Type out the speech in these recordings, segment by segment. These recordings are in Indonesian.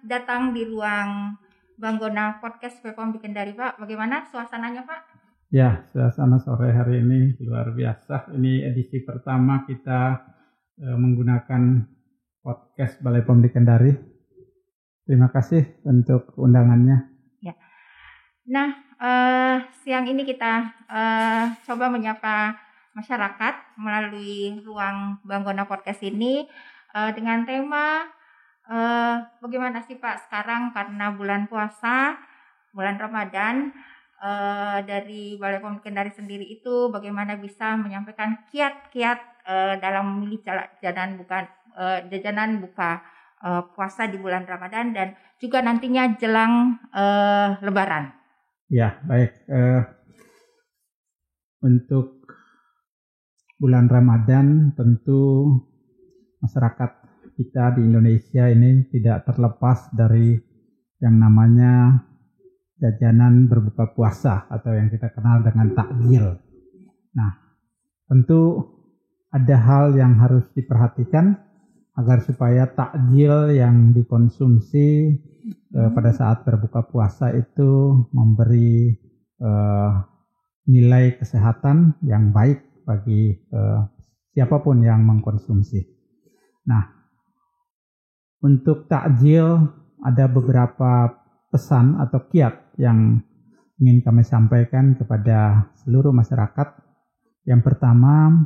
datang di ruang Banggona Podcast BPOM di Kendari, Pak. Bagaimana suasananya, Pak? Ya, suasana sore hari ini luar biasa. Ini edisi pertama kita menggunakan podcast Balai POM di Kendari. Terima kasih untuk undangannya. Ya. Nah, siang ini kita coba menyapa masyarakat melalui ruang Banggona Podcast ini dengan tema bagaimana sih Pak sekarang karena bulan puasa, bulan Ramadan, dari Balai POM Kendari sendiri itu bagaimana bisa menyampaikan kiat-kiat dalam memilih jajanan buka puasa di bulan Ramadan dan juga nantinya jelang Lebaran. Ya, baik. Untuk bulan Ramadan tentu masyarakat kita di Indonesia ini tidak terlepas dari yang namanya jajanan berbuka puasa atau yang kita kenal dengan takjil. Nah, tentu ada hal yang harus diperhatikan agar supaya takjil yang dikonsumsi pada saat berbuka puasa itu memberi nilai kesehatan yang baik bagi siapapun yang mengkonsumsi. Nah, untuk takjil ada beberapa pesan atau kiat yang ingin kami sampaikan kepada seluruh masyarakat. Yang pertama,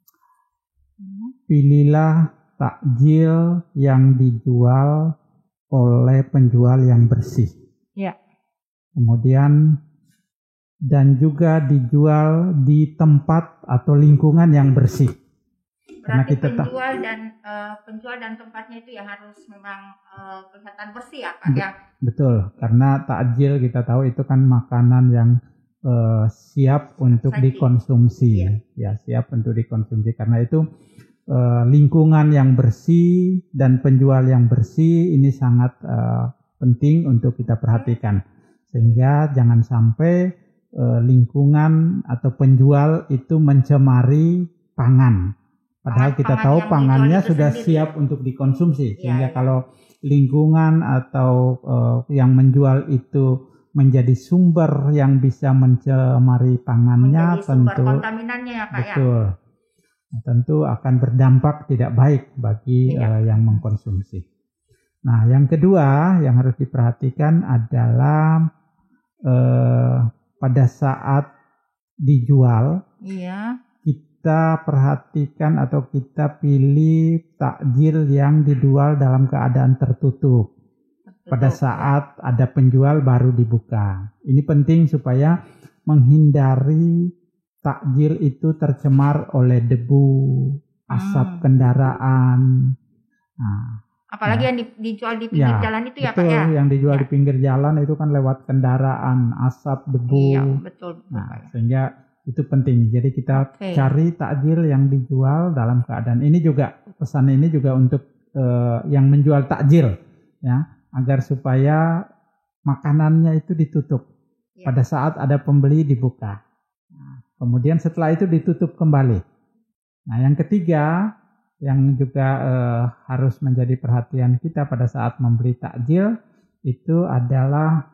pilihlah takjil yang dijual oleh penjual yang bersih. Ya. Kemudian dan juga dijual di tempat atau lingkungan yang bersih. Berarti penjual dan tempatnya itu ya harus memang kelihatan bersih ya Pak ya? Betul, karena takjil kita tahu itu kan makanan yang siap untuk dikonsumsi. Ya, siap untuk dikonsumsi. Karena itu lingkungan yang bersih dan penjual yang bersih ini sangat penting untuk kita perhatikan. Sehingga jangan sampai lingkungan atau penjual itu mencemari pangan. Padahal kita tahu pangannya sudah siap untuk dikonsumsi, sehingga kalau lingkungan atau yang menjual itu menjadi sumber yang bisa mencemari pangannya, menjadi sumber kontaminannya ya Pak betul, tentu akan berdampak tidak baik bagi yang mengkonsumsi. Nah, yang kedua yang harus diperhatikan adalah pada saat dijual. Kita perhatikan atau kita pilih takjil yang dijual dalam keadaan tertutup. Pada saat ada penjual baru dibuka. Ini penting supaya menghindari takjil itu tercemar oleh debu, asap kendaraan. Nah, apalagi yang dijual di pinggir jalan itu ya Pak ya? Betul, yang dijual di pinggir jalan itu kan lewat kendaraan, asap, debu. Iya, betul Nah, sehingga itu penting. Jadi kita cari takjil yang dijual dalam keadaan ini juga, pesan ini juga untuk yang menjual takjil ya, agar supaya makanannya itu ditutup pada saat ada pembeli dibuka. Nah, kemudian setelah itu ditutup kembali. Nah, yang ketiga yang juga harus menjadi perhatian kita pada saat membeli takjil itu adalah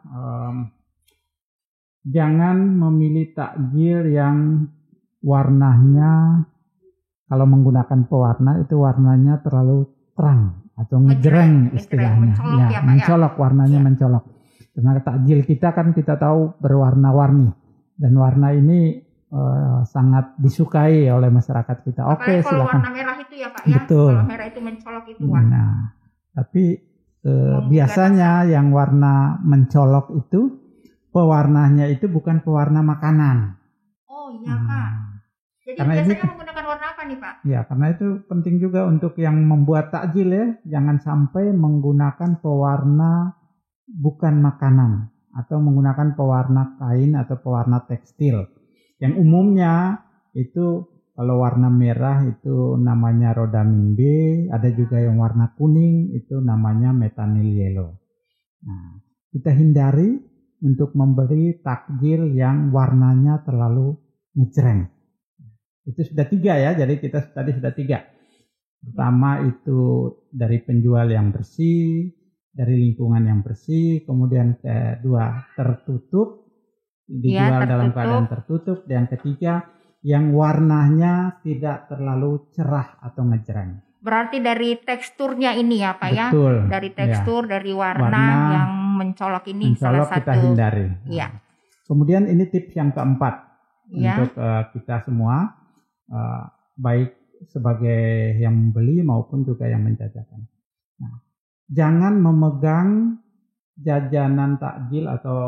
jangan memilih takjil yang warnanya, kalau menggunakan pewarna itu warnanya terlalu terang atau ngejreng istilahnya. Mencolok warnanya mencolok. Karena takjil kita kan kita tahu berwarna-warni dan warna ini sangat disukai oleh masyarakat kita. Oke, kalau silakan. Warna merah itu ya Pak ya. Betul. Kalau merah itu mencolok itu warna. Nah, tapi biasanya yang warna mencolok itu pewarnanya itu bukan pewarna makanan. Oh iya Pak. Jadi karena biasanya menggunakan warna apa nih Pak? Ya, karena itu penting juga untuk yang membuat takjil ya, jangan sampai menggunakan pewarna bukan makanan atau menggunakan pewarna kain atau pewarna tekstil. Yang umumnya itu kalau warna merah itu namanya rhodamin B, ada juga yang warna kuning itu namanya methanil yellow. Nah, kita hindari untuk membeli takjil yang warnanya terlalu ngejreng. Itu sudah 3 ya, jadi kita tadi sudah 3. Pertama itu dari penjual yang bersih, dari lingkungan yang bersih, kemudian kedua tertutup, dijual dalam keadaan tertutup, dan ketiga yang warnanya tidak terlalu cerah atau ngejreng. Berarti dari teksturnya ini ya Pak. Betul, ya, dari tekstur, dari warna yang mencolok ini salah satu. Kita hindari. Iya. Kemudian ini tips yang keempat untuk kita semua, baik sebagai yang membeli maupun juga yang menjajakan. Nah, jangan memegang jajanan takjil atau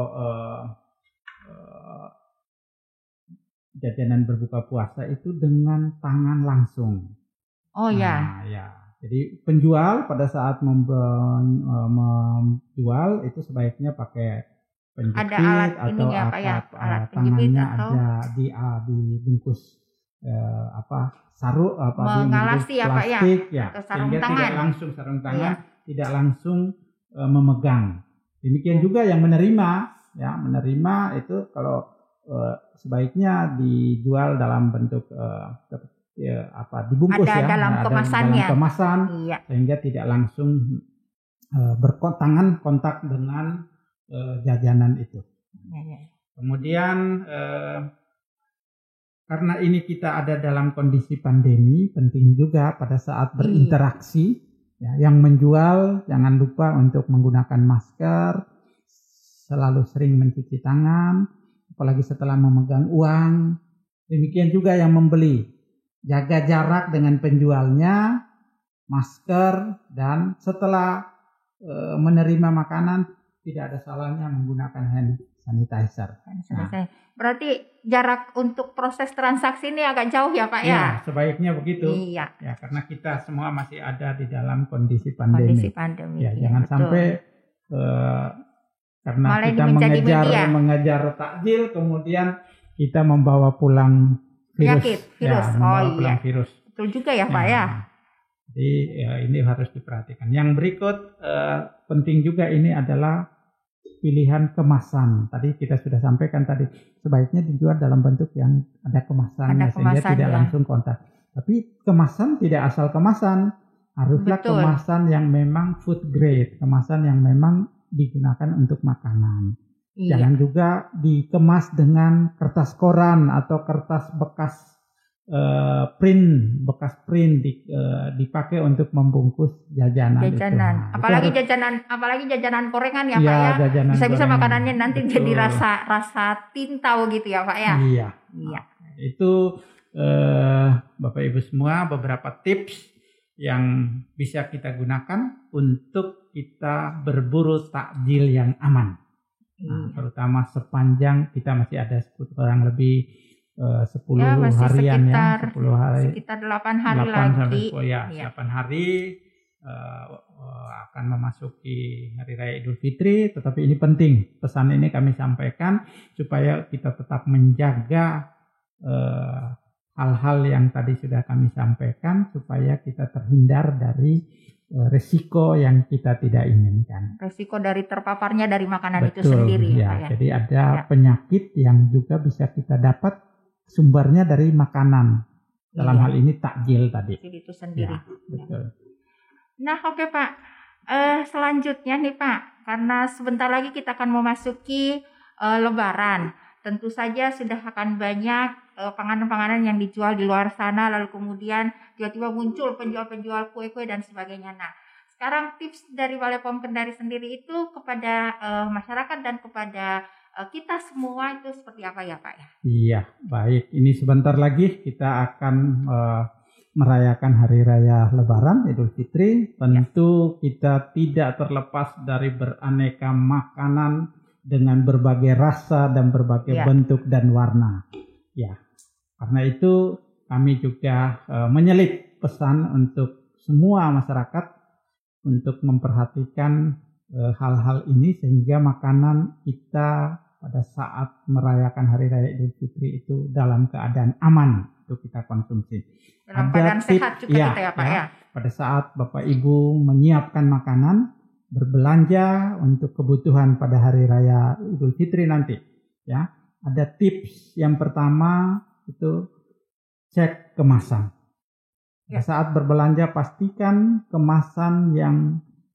jajanan berbuka puasa itu dengan tangan langsung. Oh ya. Nah, ya. Jadi penjual pada saat menjual itu sebaiknya pakai penjepit, ada alat atau ini ya, Pak, ya? Alat tangannya atau ada dibungkus sarung mengalasi dibungkus plastik ya, atau sarung sehingga tangan. tidak langsung sarung tangan, tidak langsung memegang. Demikian juga yang menerima itu kalau sebaiknya dijual dalam bentuk dibungkus ada dalam kemasannya. Dalam kemasan, sehingga tidak langsung kontak dengan jajanan itu. Kemudian karena ini kita ada dalam kondisi pandemi, penting juga pada saat berinteraksi, yang menjual jangan lupa untuk menggunakan masker, selalu sering mencuci tangan, apalagi setelah memegang uang. Demikian juga yang membeli, jaga jarak dengan penjualnya, masker, dan setelah menerima makanan tidak ada salahnya menggunakan hand sanitizer. Berarti jarak untuk proses transaksi ini agak jauh ya Pak ya? Ya, sebaiknya begitu. Iya. Ya, karena kita semua masih ada di dalam kondisi pandemi. Ya, jangan sampai karena malah kita mengejar takjil, kemudian kita membawa pulang virus. Virus. Betul juga ya Pak ya. Jadi ini harus diperhatikan. Yang berikut penting juga ini adalah pilihan kemasan. Tadi kita sudah sampaikan tadi, sebaiknya dijual dalam bentuk yang ada kemasannya, sehingga tidak langsung kontak. Tapi kemasan tidak asal kemasan, haruslah kemasan yang memang food grade, kemasan yang memang digunakan untuk makanan. Jangan juga dikemas dengan kertas koran atau kertas bekas print dipakai untuk membungkus jajanan. Apalagi jajanan gorengan ya Pak ya. Bisa makanannya nanti jadi rasa tinta gitu ya Pak ya. Iya. Itu Bapak Ibu semua beberapa tips yang bisa kita gunakan untuk kita berburu takjil yang aman. Terutama sepanjang kita masih ada kurang lebih 10 harian sekitar 8 hari lagi. 8 hari akan memasuki Hari Raya Idul Fitri, tetapi ini penting. Pesan ini kami sampaikan supaya kita tetap menjaga hal-hal yang tadi sudah kami sampaikan, supaya kita terhindar dari resiko yang kita tidak inginkan. Resiko dari terpaparnya dari makanan itu sendiri ya. Jadi ada penyakit yang juga bisa kita dapat sumbernya dari makanan. Dalam hal ini takjil tadi. Itu sendiri. Ya, betul. Nah, oke Pak. Selanjutnya nih Pak, karena sebentar lagi kita akan memasuki Lebaran. Tentu saja sudah akan banyak panganan-panganan yang dijual di luar sana, lalu kemudian tiba-tiba muncul penjual-penjual kue-kue dan sebagainya. Nah, sekarang tips dari Balai POM Kendari sendiri itu kepada masyarakat dan kepada kita semua itu seperti apa ya Pak ya? Iya, baik. Ini sebentar lagi kita akan merayakan Hari Raya Lebaran Idul Fitri. Tentu kita tidak terlepas dari beraneka makanan dengan berbagai rasa dan berbagai bentuk dan warna. Ya, karena itu kami juga menyelit pesan untuk semua masyarakat untuk memperhatikan hal-hal ini, sehingga makanan kita pada saat merayakan Hari Raya Idul Fitri itu dalam keadaan aman untuk kita konsumsi. Dalam keadaan sehat juga kita ya Pak ya. Pada saat Bapak Ibu menyiapkan makanan, berbelanja untuk kebutuhan pada Hari Raya Idul Fitri nanti, ya, ada tips yang pertama itu cek kemasan. Pada saat berbelanja pastikan kemasan yang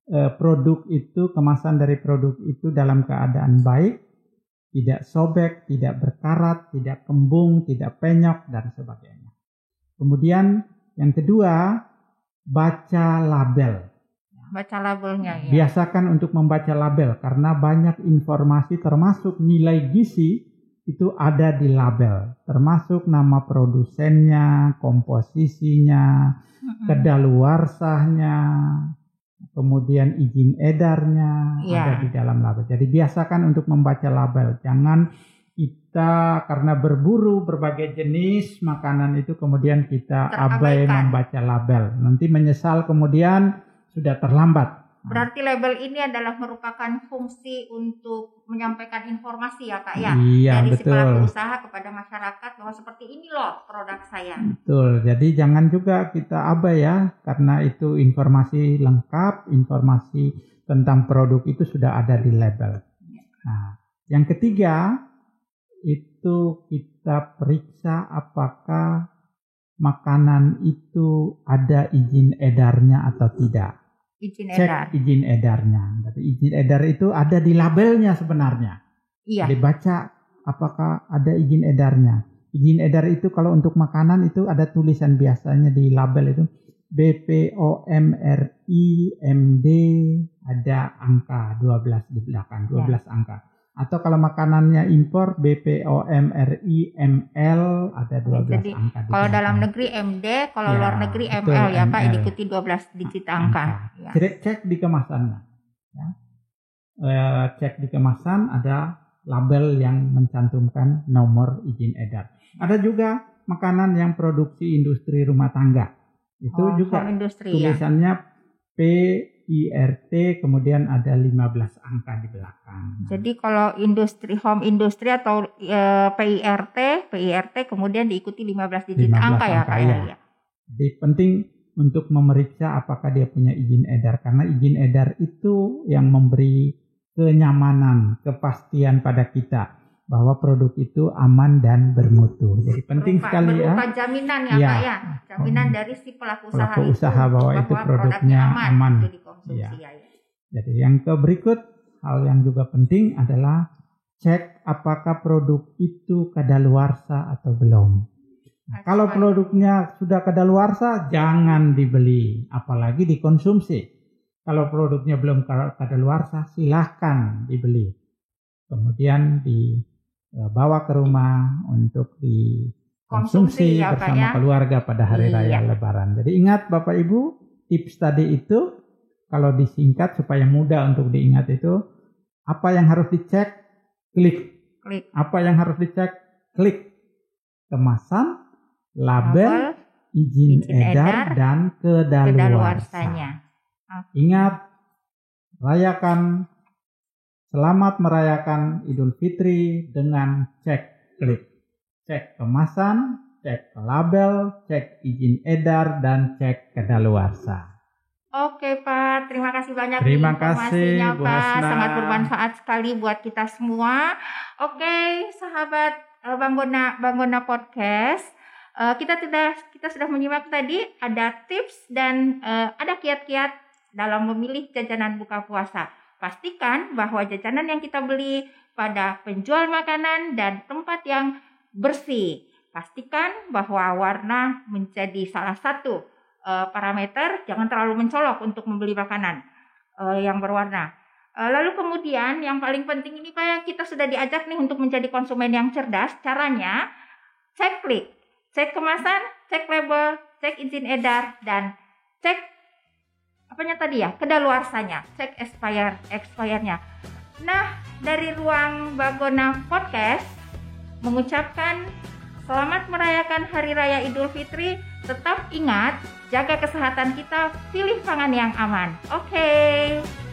produk itu, kemasan dari produk itu dalam keadaan baik, tidak sobek, tidak berkarat, tidak kembung, tidak penyok, dan sebagainya. Kemudian yang kedua, baca label. Baca labelnya ya. Biasakan untuk membaca label karena banyak informasi termasuk nilai gizi itu ada di label, termasuk nama produsennya, komposisinya, kedaluarsanya, kemudian izin edarnya ada di dalam label. Jadi biasakan untuk membaca label. Jangan kita karena berburu berbagai jenis makanan itu kemudian kita abai membaca label. Nanti menyesal kemudian sudah terlambat. Berarti label ini adalah merupakan fungsi untuk menyampaikan informasi ya Kak ya? Iya, dari betul. Si pelaku usaha kepada masyarakat bahwa seperti ini loh produk saya. Betul, jadi jangan juga kita abai ya, karena itu informasi lengkap, informasi tentang produk itu sudah ada di label. Nah, yang ketiga itu kita periksa apakah makanan itu ada izin edarnya atau tidak. Cek izin edarnya. Jadi izin edar itu ada di labelnya sebenarnya. Iya. Jadi baca apakah ada izin edarnya. Izin edar itu kalau untuk makanan itu ada tulisan biasanya di label itu BPOM-RI MD, ada angka 12 di belakang, 12 angka. Atau kalau makanannya impor BPOM-RI ML ada 12 jadi, angka. Kalau dalam negeri MD, kalau luar negeri ML ya Pak, diikuti 12 digit angka. Ya. Cek di kemasannya. Ya. Cek di kemasan ada label yang mencantumkan nomor izin edar. Ada juga makanan yang produksi industri rumah tangga. Itu juga tulisannya PIRT, kemudian ada 15 angka di belakang. Jadi kalau home industri atau PIRT kemudian diikuti 15 digit angka ya Kak ya. Jadi penting untuk memeriksa apakah dia punya izin edar, karena izin edar itu yang memberi kenyamanan, kepastian pada kita bahwa produk itu aman dan bermutu. Jadi penting sekali ya. Berupa jaminan ya Kak ya. Jaminan dari si pelaku usaha bahwa itu produknya aman. Ya. Jadi yang berikut hal yang juga penting adalah cek apakah produk itu kadaluarsa atau belum. Nah, kalau produknya sudah kadaluarsa jangan dibeli, apalagi dikonsumsi. Kalau produknya belum kadaluarsa silahkan dibeli. Kemudian dibawa ke rumah untuk dikonsumsi ya, bersama keluarga pada hari raya Lebaran. Jadi ingat Bapak Ibu, tips tadi itu kalau disingkat supaya mudah untuk diingat itu, apa yang harus dicek? Klik. Apa yang harus dicek? Klik. Kemasan, label, izin edar, dan kedaluarsanya. Ingat, selamat merayakan Idul Fitri dengan cek klik. Cek kemasan, cek label, cek izin edar, dan cek kedaluarsa. Oke Pak, terima kasih banyak informasinya Pak, sangat bermanfaat sekali buat kita semua. Oke, sahabat Banggona Podcast, kita sudah menyimak tadi ada tips dan ada kiat-kiat dalam memilih jajanan buka puasa. Pastikan bahwa jajanan yang kita beli pada penjual makanan dan tempat yang bersih. Pastikan bahwa warna menjadi salah satu parameter, jangan terlalu mencolok untuk membeli makanan yang berwarna. Lalu kemudian yang paling penting ini Pak, kita sudah diajak nih untuk menjadi konsumen yang cerdas. Caranya cek klik, cek kemasan, cek label, cek izin edar, dan cek kedaluarsanya, cek expirednya. Nah, dari ruang Banggona Podcast mengucapkan selamat merayakan Hari Raya Idul Fitri. Tetap ingat, jaga kesehatan kita, pilih pangan yang aman. Oke.